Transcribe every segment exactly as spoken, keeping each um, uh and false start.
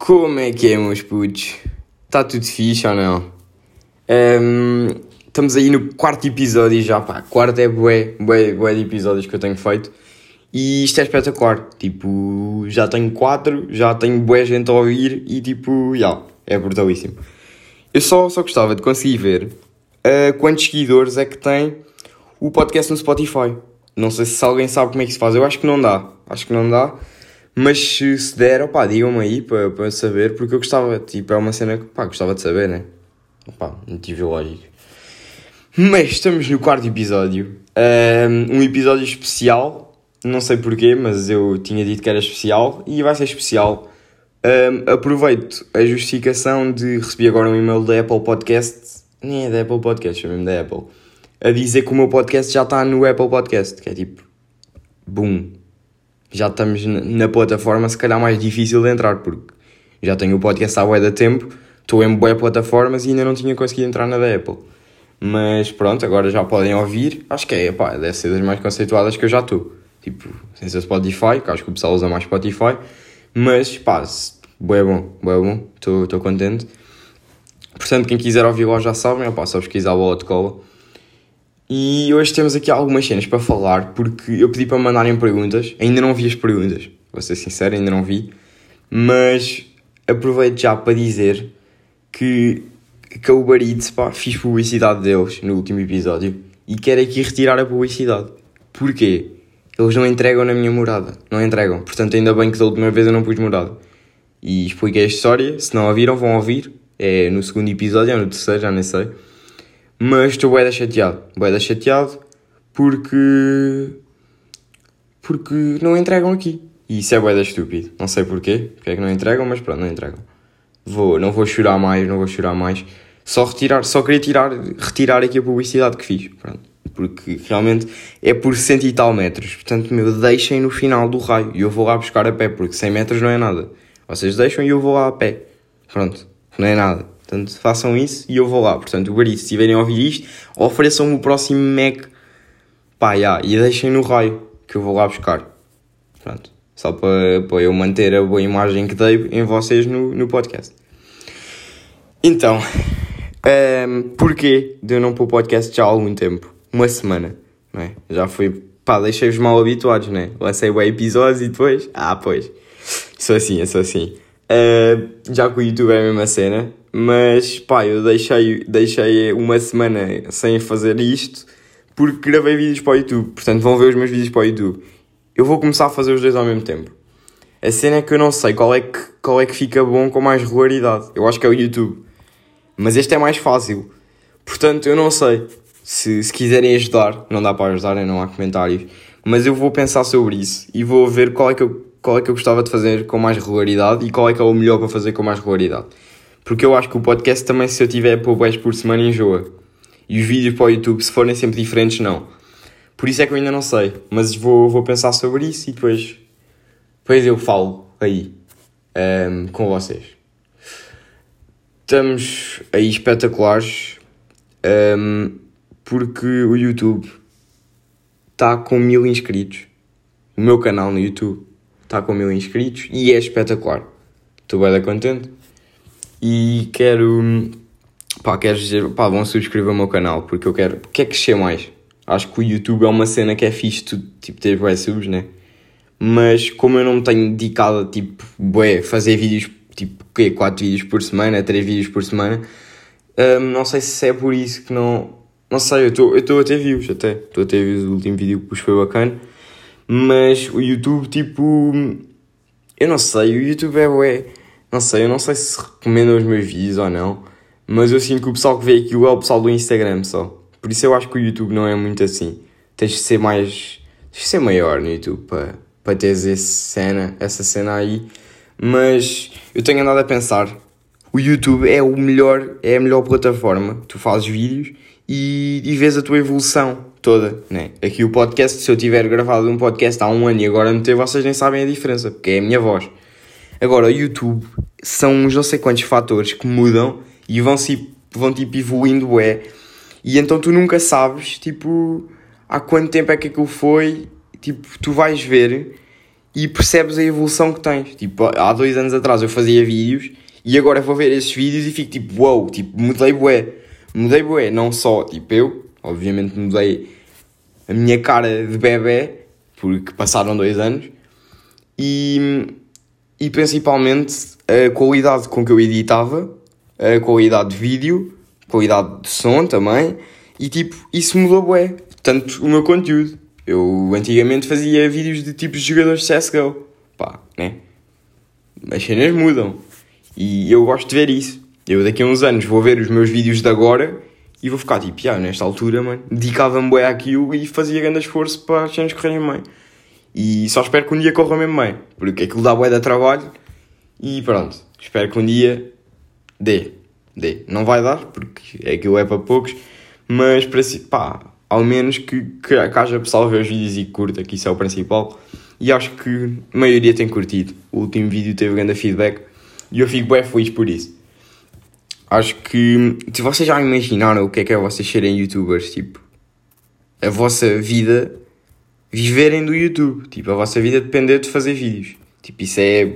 Como é que é, meus putos? Está tudo fixe ou não? Um, estamos aí no quarto episódio já, pá. Quarto é bué, bué, bué de episódios que eu tenho feito. E isto é espetacular. Tipo, já tenho quatro, já tenho bué gente a ouvir e tipo, já, é brutalíssimo. Eu só, só gostava de conseguir ver uh, quantos seguidores é que tem o podcast no Spotify. Não sei se alguém sabe como é que se faz. Eu acho que não dá. Acho que não dá. Mas se, se der, opá, digam-me aí para, para saber, porque eu gostava, tipo, é uma cena que, pá, gostava de saber, né? Opá, motivo lógico. Mas estamos no quarto episódio, um, um episódio especial, não sei porquê, mas eu tinha dito que era especial, e vai ser especial. Um, aproveito a justificação de receber agora um e-mail da Apple Podcast, nem é da Apple Podcast, é mesmo da Apple, a dizer que o meu podcast já está no Apple Podcast, que é tipo, boom. Já estamos na plataforma se calhar mais difícil de entrar, porque já tenho o podcast há bué de tempo, estou em bué plataformas e ainda não tinha conseguido entrar na da Apple. Mas pronto, agora já podem ouvir, acho que é, pá, deve ser das mais conceituadas que eu já estou. Tipo, sem ser Spotify, que acho que o pessoal usa mais Spotify, mas pá, bué bom, bué bom, estou contente. Portanto, quem quiser ouvir lá já sabem, pá, só pesquisar a bola de cola. E hoje temos aqui algumas cenas para falar, porque eu pedi para mandarem perguntas, ainda não vi as perguntas, vou ser sincero, ainda não vi, mas aproveito já para dizer que, que a Uber Eats, pá, fiz publicidade deles no último episódio e quero aqui retirar a publicidade. Porquê? Eles não entregam na minha morada, não entregam, portanto ainda bem que da última vez eu não pus morada. E expliquei a história, se não a viram vão ouvir, é no segundo episódio ou no terceiro, já nem sei. Mas estou bué da chateado, bué da chateado porque, porque não entregam aqui. E isso é bué da estúpido, não sei porquê, porque é que não entregam, mas pronto, não entregam. Vou, não vou chorar mais, não vou chorar mais. Só, retirar, só queria tirar, retirar aqui a publicidade que fiz, pronto. Porque realmente é por cento e tal metros, portanto, meu, deixem no final do raio e eu vou lá buscar a pé, porque cem metros não é nada. Vocês deixam e eu vou lá a pé, pronto, não é nada. Portanto, façam isso e eu vou lá. Portanto, Uber Eats, se estiverem a ouvir isto, ofereçam-me o próximo Mac. Pá, já, e deixem no raio, que eu vou lá buscar. Pronto. Só para, para eu manter a boa imagem que dei em vocês no, no podcast. Então, um, porquê de eu não pôr podcast já há algum tempo? Uma semana, não é? Já foi, pá, deixei-vos mal habituados, não é? Lancei bem episódios e depois, ah, pois. Sou assim, eu sou assim. Uh, já que o YouTube é a mesma cena, mas pá, eu deixei, deixei uma semana sem fazer isto porque gravei vídeos para o YouTube, portanto vão ver os meus vídeos para o YouTube. Eu vou começar a fazer os dois ao mesmo tempo. A cena é que eu não sei qual é que, qual é que fica bom com mais regularidade. Eu acho que é o YouTube, mas este é mais fácil, portanto eu não sei. Se, se quiserem ajudar, não dá para ajudar, não há comentários, mas eu vou pensar sobre isso e vou ver qual é que eu qual é que eu gostava de fazer com mais regularidade e qual é que é o melhor para fazer com mais regularidade. Porque eu acho que o podcast também, se eu tiver por vez por semana, enjoa. E os vídeos para o YouTube, se forem sempre diferentes, não. Por isso é que eu ainda não sei. Mas vou, vou pensar sobre isso e depois, depois eu falo aí um, com vocês. Estamos aí espetaculares um, porque o YouTube está com mil inscritos. O meu canal no YouTube está com mil inscritos e é espetacular. Estou bem contente. E quero... Pá, quero dizer... Pá, vão subscrever o meu canal porque eu quero... Quer crescer mais. Acho que o YouTube é uma cena que é fixe, tu, tipo, ter bué subs, né? Mas como eu não me tenho dedicado a, tipo, bué, fazer vídeos, tipo, o quê? quatro vídeos por semana, três vídeos por semana, hum, não sei se é por isso que não... Não sei, eu estou a ter views até. Estou a ter views, o último vídeo que pus foi bacana. Mas o YouTube, tipo... Eu não sei, o YouTube é bué... Não sei, eu não sei se recomendam os meus vídeos ou não, mas eu sinto que o pessoal que vê aquilo é o pessoal do Instagram só. Por isso eu acho que o YouTube não é muito assim. Tens de ser mais... Tens de ser maior no YouTube para, para teres essa cena, essa cena aí. Mas eu tenho andado a pensar... O YouTube é, o melhor, é a melhor plataforma. Tu fazes vídeos e, e vês a tua evolução toda, né? Aqui o podcast, se eu tiver gravado um podcast há um ano e agora meter, vocês nem sabem a diferença, porque é a minha voz. Agora, o YouTube são uns não sei quantos fatores que mudam e vão, -se, vão tipo, evoluindo, é. E então tu nunca sabes, tipo, há quanto tempo é que aquilo foi, tipo, tu vais ver e percebes a evolução que tens. Tipo, há dois anos atrás eu fazia vídeos e agora vou ver esses vídeos e fico tipo, uau, wow, tipo, mudei bué. Mudei bué, não só, tipo, eu, obviamente mudei a minha cara de bebê, porque passaram dois anos, e, e principalmente a qualidade com que eu editava, a qualidade de vídeo, a qualidade de som também, e tipo, isso mudou bué, tanto o meu conteúdo. Eu antigamente fazia vídeos de tipos de jogadores de C S G O, pá, né? As cenas mudam, e eu gosto de ver isso. Eu daqui a uns anos vou ver os meus vídeos de agora e vou ficar tipo, ah, nesta altura, mano, dedicava-me bem àquilo e fazia grande esforço para as cenas correrem bem. E só espero que um dia corra mesmo bem, porque aquilo dá bué de trabalho e pronto, espero que um dia dê, dê. Não vai dar, porque aquilo é para poucos, mas para si, pá, ao menos que, que, que haja pessoal a ver os vídeos e que curta, que isso é o principal. E acho que a maioria tem curtido. O último vídeo teve grande feedback e eu fico bem feliz por isso. Acho que, se vocês já imaginaram o que é que é vocês serem youtubers, tipo, a vossa vida viverem do YouTube, tipo, a vossa vida depender de fazer vídeos, tipo, isso é,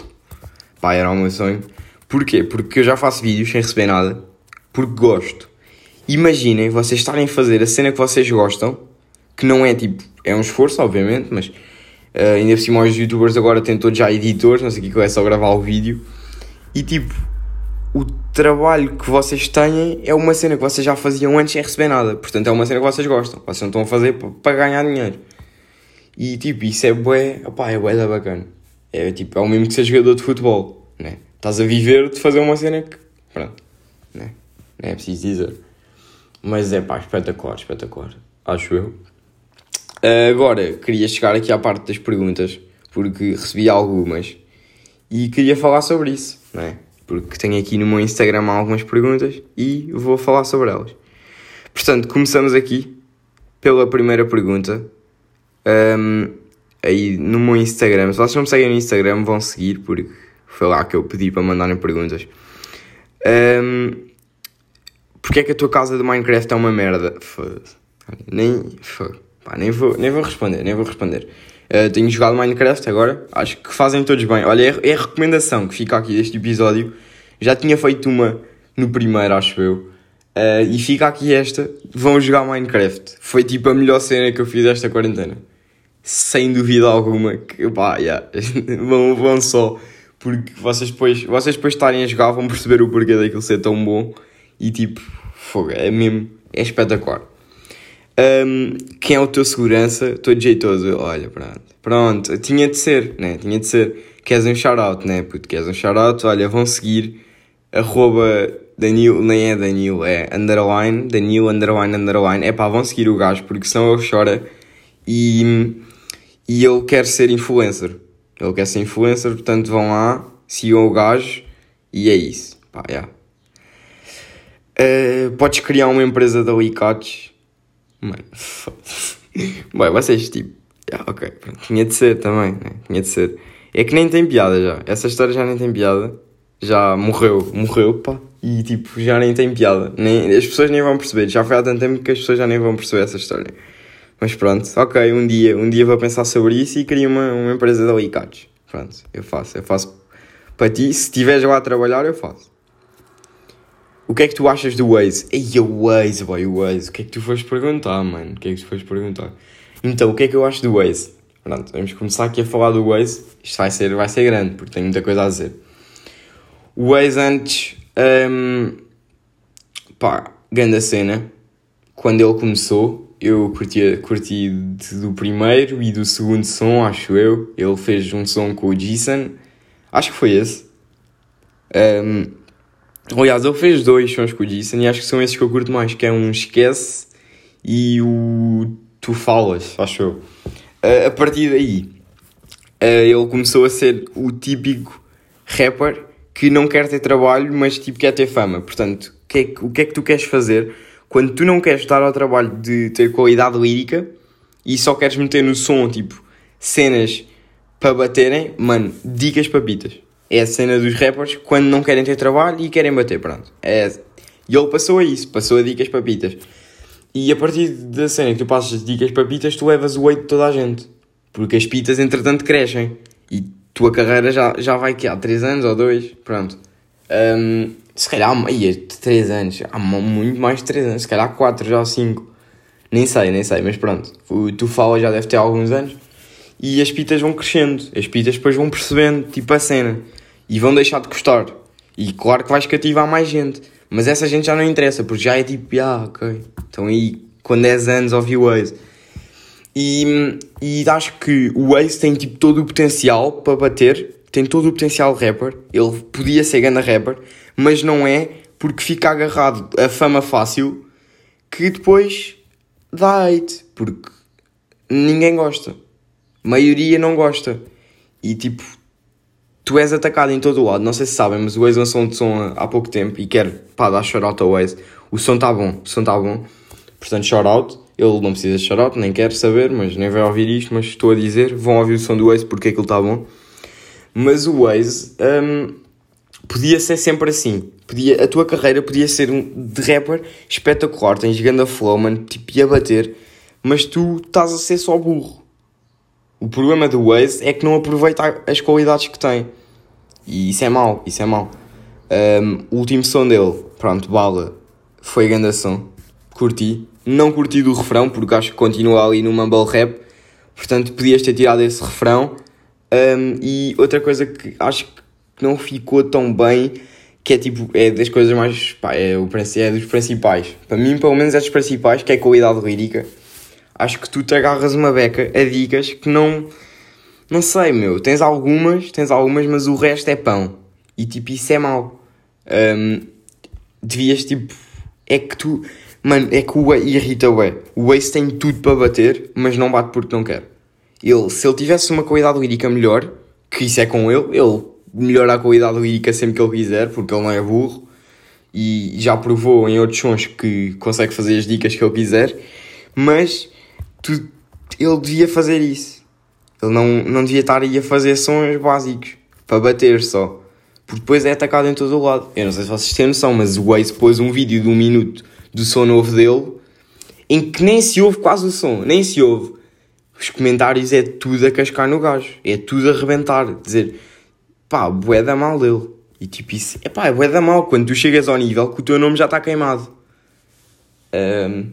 pá, era o meu sonho. Porquê? Porque eu já faço vídeos sem receber nada, porque gosto. Imaginem vocês estarem a fazer a cena que vocês gostam, que não é tipo, é um esforço, obviamente, mas uh, ainda por cima os youtubers agora têm todos já editores, não sei o que, que é só gravar o vídeo, e tipo, o trabalho que vocês têm é uma cena que vocês já faziam antes sem receber nada. Portanto, é uma cena que vocês gostam. Vocês não estão a fazer para ganhar dinheiro. E, tipo, isso é bué... Opá, é bué da bacana. É, tipo, é o mesmo que ser jogador de futebol, né? Estás a viver de fazer uma cena que... Pronto, né? Não é preciso dizer. Mas é, pá, espetacular, espetacular. Acho eu. Agora, queria chegar aqui à parte das perguntas, porque recebi algumas. E queria falar sobre isso, não é? Porque tenho aqui no meu Instagram algumas perguntas e vou falar sobre elas. Portanto, começamos aqui pela primeira pergunta. Um, aí no meu Instagram, se vocês não me seguem no Instagram, vão seguir, porque foi lá que eu pedi para mandarem perguntas. Um, Porquê é que a tua casa de Minecraft é uma merda? Foda-se. Nem, foda, pá, nem, vou, nem vou responder, nem vou responder. Uh, tenho jogado Minecraft agora, acho que fazem todos bem. Olha, é, é a recomendação que fica aqui deste episódio. Já tinha feito uma no primeiro, acho eu. Uh, e fica aqui esta. Vão jogar Minecraft. Foi tipo a melhor cena que eu fiz esta quarentena. Sem dúvida alguma. Que, pá, yeah. vão, vão só. Porque vocês depois, vocês depois estarem a jogar vão perceber o porquê daquilo ser tão bom. E tipo, fogo, é mesmo, é espetacular. Um, quem é o teu segurança? Todo jeitoso. Olha, pronto. Pronto, tinha de ser, né? Tinha de ser. Queres um shout-out, né? Puto, queres um shout-out? Olha, vão seguir. Arroba Danilo, nem é Danilo, é underline. Danilo, underline, underline. É pá, vão seguir o gajo, porque senão ele chora. E, e ele quer ser influencer. Ele quer ser influencer, portanto vão lá, sigam o gajo. E é isso. Pá, já. Yeah. Uh, podes criar uma empresa de alicates. Mano, foda-se. Bem, vocês tipo, yeah, ok, pronto. Tinha de ser também, né? Tinha de ser. É que nem tem piada já. Essa história já nem tem piada. Já morreu, morreu, pá. E tipo, já nem tem piada. Nem, as pessoas nem vão perceber. Já foi há tanto tempo que as pessoas já nem vão perceber essa história. Mas pronto, ok, um dia, um dia vou pensar sobre isso e crio uma, uma empresa de alicates. Pronto, eu faço, eu faço para ti. Se estiveres lá a trabalhar, eu faço. O que é que tu achas do Waze? Ei, o Waze, boy, o Waze. O que é que tu foste perguntar, mano? O que é que tu foste perguntar? Então, o que é que eu acho do Waze? Pronto, vamos começar aqui a falar do Waze. Isto vai ser, vai ser grande, porque tenho muita coisa a dizer. O Waze antes... Um, pá, grande cena. Quando ele começou, eu curti, curti do primeiro e do segundo som, acho eu. Ele fez um som com o Jason. Acho que foi esse. Um, Aliás, ele fez dois sons com o Jason e acho que são esses que eu curto mais, que é um Esquece e o Tu Falas, acho eu. Uh, a partir daí, uh, ele começou a ser o típico rapper que não quer ter trabalho, mas tipo quer ter fama. Portanto, o que, é que, o que é que tu queres fazer quando tu não queres dar ao trabalho de ter qualidade lírica e só queres meter no som, tipo, cenas para baterem? Mano, dicas papitas. É a cena dos rappers quando não querem ter trabalho e querem bater, pronto. É. E ele passou a isso, passou a dicas papitas. E a partir da cena que tu passas de dicas papitas, tu levas o weight de toda a gente. Porque as pitas, entretanto, crescem. E tua carreira já, já vai que há três anos ou dois, pronto. Um, se calhar há ia, três anos, há muito mais de três anos, se calhar quatro já ou cinco. Nem sei, nem sei, mas pronto. O Tu Fala já deve ter alguns anos. E as pitas vão crescendo. As pitas depois vão percebendo, tipo, a cena. E vão deixar de gostar. E claro que vais cativar mais gente. Mas essa gente já não interessa, porque já é tipo, ah, ok. Então aí, com dez anos ouvi o Waze. E, e acho que o Waze tem tipo todo o potencial para bater. Tem todo o potencial de rapper. Ele podia ser grande rapper. Mas não é, porque fica agarrado a fama fácil, que depois dá hate. Porque ninguém gosta. A maioria não gosta. E tipo, tu és atacado em todo o lado. Não sei se sabem, mas o Waze lançou um som há pouco tempo e quero, pá, dar shout-out ao Waze. O som está bom, o som está bom. Portanto, shout-out. Ele não precisa de shout-out, nem quer saber, mas nem vai ouvir isto, mas estou a dizer, vão ouvir o som do Waze porque aquilo está bom. Mas o Waze hum, podia ser sempre assim. Podia, a tua carreira podia ser um, de rapper espetacular. Tens ganda flow, mano, tipo, ia bater. Mas tu estás a ser só burro. O problema do Waze é que não aproveita as qualidades que tem. E isso é mau, isso é mau. Um, o último som dele, pronto, Bala, foi grande som. Curti. Não curti do refrão, porque acho que continua ali no mumble rap. Portanto, podias ter tirado esse refrão. Um, e outra coisa que acho que não ficou tão bem, que é tipo, é das coisas mais, pá, é, o, é dos principais. Para mim, pelo menos, é dos principais, que é a qualidade lírica. Acho que tu te agarras uma beca a dicas que não... Não sei, meu. Tens algumas, tens algumas, mas o resto é pão. E, tipo, isso é mau. Um, devias, tipo... É que tu... Mano, é que o Waze irrita o Waze. O Waze tem tudo para bater, mas não bate porque não quer. Ele, se ele tivesse uma qualidade lírica melhor, que isso é com ele, ele melhora a qualidade lírica sempre que ele quiser, porque ele não é burro. E já provou em outros sons que consegue fazer as dicas que ele quiser. Mas... Tu, ele devia fazer isso. Ele não, não devia estar aí a fazer sons básicos para bater só, porque depois é atacado em todo o lado. Eu não sei se vocês têm noção, mas o Waze pôs um vídeo de um minuto do som novo dele em que nem se ouve quase o som, nem se ouve. Os comentários é tudo a cascar no gajo, é tudo a arrebentar, dizer pá, bué da mal dele. E tipo isso, é pá, é bué da mal quando tu chegas ao nível que o teu nome já está queimado. Um,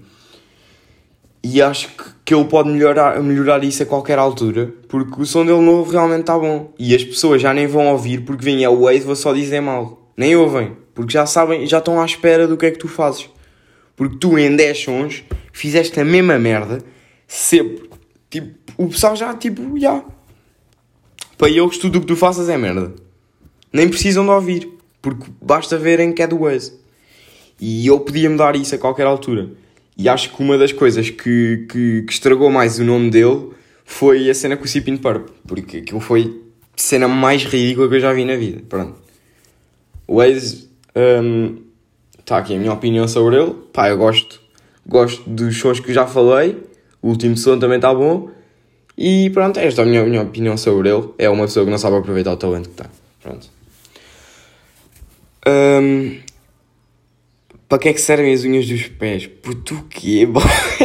E acho que, que ele pode melhorar, melhorar isso a qualquer altura, porque o som dele novo realmente está bom. E as pessoas já nem vão ouvir porque vem ao Waze, vou só dizer mal. Nem ouvem, porque já sabem, já estão à espera do que é que tu fazes. Porque tu em dez sons fizeste a mesma merda, sempre. Tipo, o pessoal já, tipo, já. Yeah. Para eles tudo o que tu faças é merda. Nem precisam de ouvir, porque basta verem que é do Waze. E eu podia mudar isso a qualquer altura. E acho que uma das coisas que, que, que estragou mais o nome dele foi a cena com o Sipin Purp, porque aquilo foi a cena mais ridícula que eu já vi na vida. Pronto. O Waze, um, está aqui a minha opinião sobre ele. Pá, eu gosto, gosto dos sons que já falei. O último som também está bom. E pronto, esta é a minha, minha opinião sobre ele. É uma pessoa que não sabe aproveitar o talento que tem. Pronto. Um, Para que é que servem as unhas dos pés? Puto, o quê, boy?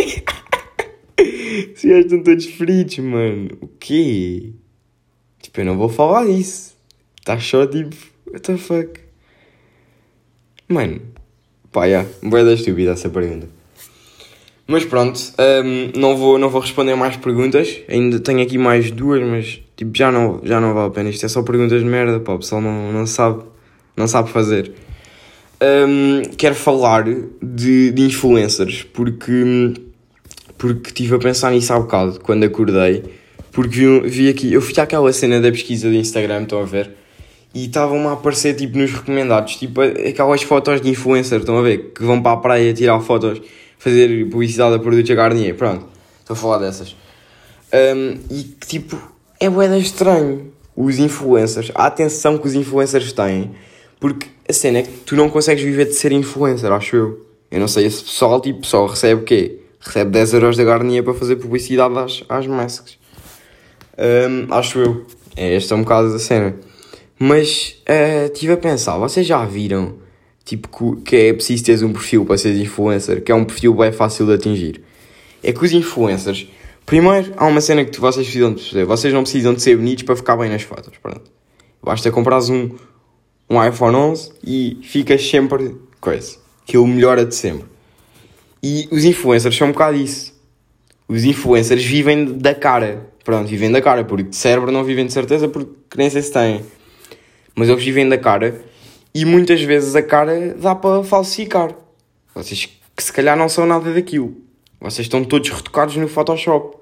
Os gajos estão todos fritos, mano. O quê? Tipo, eu não vou falar disso. Estás só tipo... What the fuck? Mano. Pá, já. Bué da estúpida essa pergunta. Mas pronto. Um, não, vou, não vou responder mais perguntas. Ainda tenho aqui mais duas, mas... Tipo, já não, já não vale a pena. Isto é só perguntas de merda, pá. O pessoal não, não sabe. Não sabe fazer. Um, quero falar de, de influencers porque, porque estive a pensar nisso há bocado quando acordei, porque vi, vi aqui, eu fui àquela cena da pesquisa do Instagram, estão a ver, e estavam a aparecer tipo nos recomendados, tipo aquelas fotos de influencer, estão a ver, que vão para a praia tirar fotos, fazer publicidade a produtos a Garnier, pronto, estou a falar dessas. Um, e tipo, é bué da estranho os influencers, a atenção que os influencers têm. Porque a cena é que tu não consegues viver de ser influencer, acho eu. Eu não sei, esse pessoal, tipo, só recebe o quê? Recebe dez euros da Garnier para fazer publicidade às, às masks. Um, acho eu. É, esta é um bocado da cena. Mas, uh, estive a pensar, vocês já viram, tipo, que é preciso teres um perfil para seres influencer, que é um perfil bem fácil de atingir. É que os influencers Primeiro, há uma cena que tu, vocês precisam de perceber. Vocês não precisam de ser bonitos para ficar bem nas fotos. Pronto. Basta comprares um, um iPhone onze e ficas sempre coisa. Aquilo melhora de sempre. E os influencers são um bocado isso. Os influencers vivem da cara. Pronto, vivem da cara. Porque de cérebro não vivem de certeza porque nem sei se têm. Mas eles vivem da cara. E muitas vezes a cara dá para falsificar. Vocês que se calhar não são nada daquilo. Vocês estão todos retocados no Photoshop.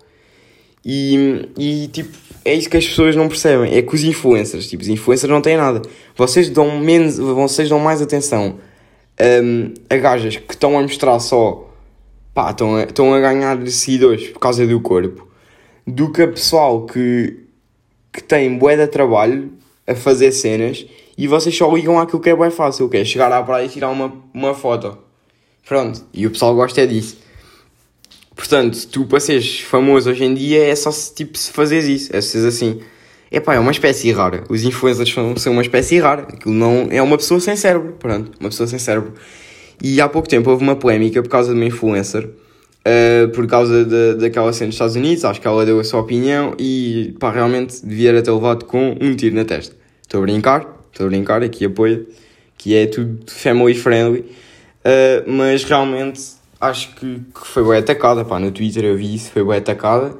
E, e tipo, é isso que as pessoas não percebem. É que os influencers, tipo, os influencers não têm nada. Vocês dão, menos, vocês dão mais atenção um, a gajas que estão a mostrar só... Pá, estão a, estão a ganhar seguidores por causa do corpo. Do que a pessoal que, que tem bué de trabalho a fazer cenas e vocês só ligam àquilo que é bem fácil, que é chegar à praia e tirar uma, uma foto. Pronto, e o pessoal gosta é disso. Portanto, tu para seres famoso hoje em dia é só tipo se fazeres isso, é se seres assim. Epá, é uma espécie rara. Os influencers são, são uma espécie rara. Aquilo não é uma pessoa sem cérebro, pronto, uma pessoa sem cérebro. E há pouco tempo houve uma polémica por causa de uma influencer, uh, por causa de, daquela cena dos Estados Unidos. Acho que ela deu a sua opinião e pá, realmente devia ter levado com um tiro na testa. Estou a brincar, estou a brincar, aqui apoio, que é tudo family friendly, uh, mas realmente acho que, que foi bem atacada, pá, no Twitter eu vi isso, foi bem atacada,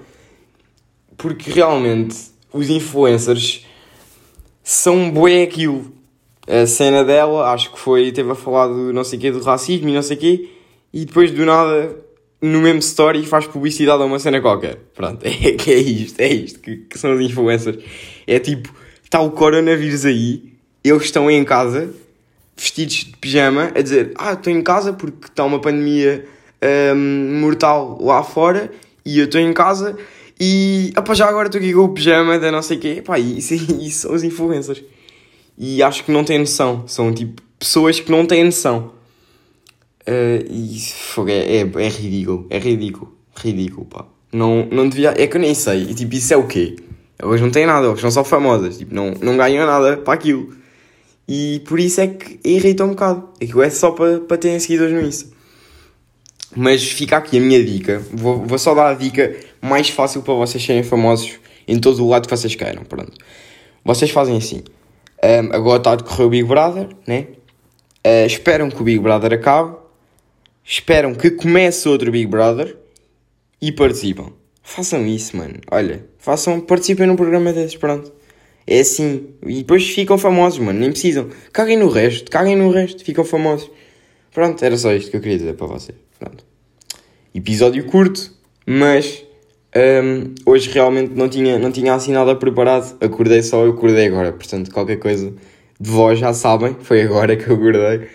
porque realmente os influencers são bué aquilo. A cena dela, acho que foi, teve a falar do não sei o quê, do racismo e não sei o quê, e depois do nada, no mesmo story, faz publicidade a uma cena qualquer. Pronto, é que é isto, é isto que, que são os influencers. É tipo, está o coronavírus aí, eles estão em casa, vestidos de pijama, a dizer, ah, estou em casa porque está uma pandemia hum, mortal lá fora, e eu estou em casa, e opa, já agora estou aqui com o pijama da não sei o quê. Epá, isso, isso são os influencers. E acho que não têm noção. São tipo pessoas que não têm noção. Uh, e fogo, é, é, é ridículo. É ridículo. Ridículo, pá. Não, não devia... É que eu nem sei. E tipo, isso é o quê? Elas não têm nada. Elas são só famosas. Tipo, não, não ganham nada para aquilo. E por isso é que irrita um bocado. Aquilo é só para, para terem seguidores no Insta. Mas fica aqui a minha dica. Vou, vou só dar a dica mais fácil para vocês serem famosos em todo o lado que vocês queiram. Pronto. Vocês fazem assim. Um, agora está a decorrer o Big Brother, né? Uh, esperam que o Big Brother acabe, esperam que comece outro Big Brother e participam. Façam isso, mano. Olha, façam, participem num programa desses, pronto. É assim. E depois ficam famosos, mano. Nem precisam. Caguem no resto, caguem no resto, ficam famosos. Pronto, era só isto que eu queria dizer para vocês. Pronto. Episódio curto, mas Um, hoje realmente não tinha, não tinha assim nada preparado. Acordei só, eu acordei agora. Portanto, qualquer coisa de vós já sabem. Foi agora que eu acordei.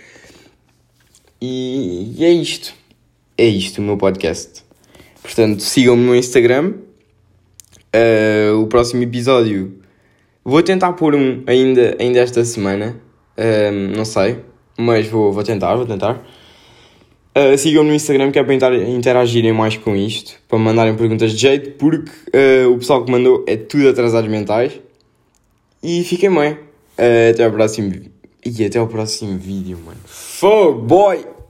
E, e é isto. É isto o meu podcast. Portanto, sigam-me no Instagram. Uh, o próximo episódio vou tentar pôr um ainda, ainda esta semana. Um, não sei. Mas vou, vou tentar, vou tentar. Uh, sigam-me no Instagram que é para interagirem mais com isto, para me mandarem perguntas de jeito, porque uh, o pessoal que mandou é tudo atrasados mentais. E fiquem bem. Uh, até ao próximo e até ao próximo vídeo, mano. Fogo, boy!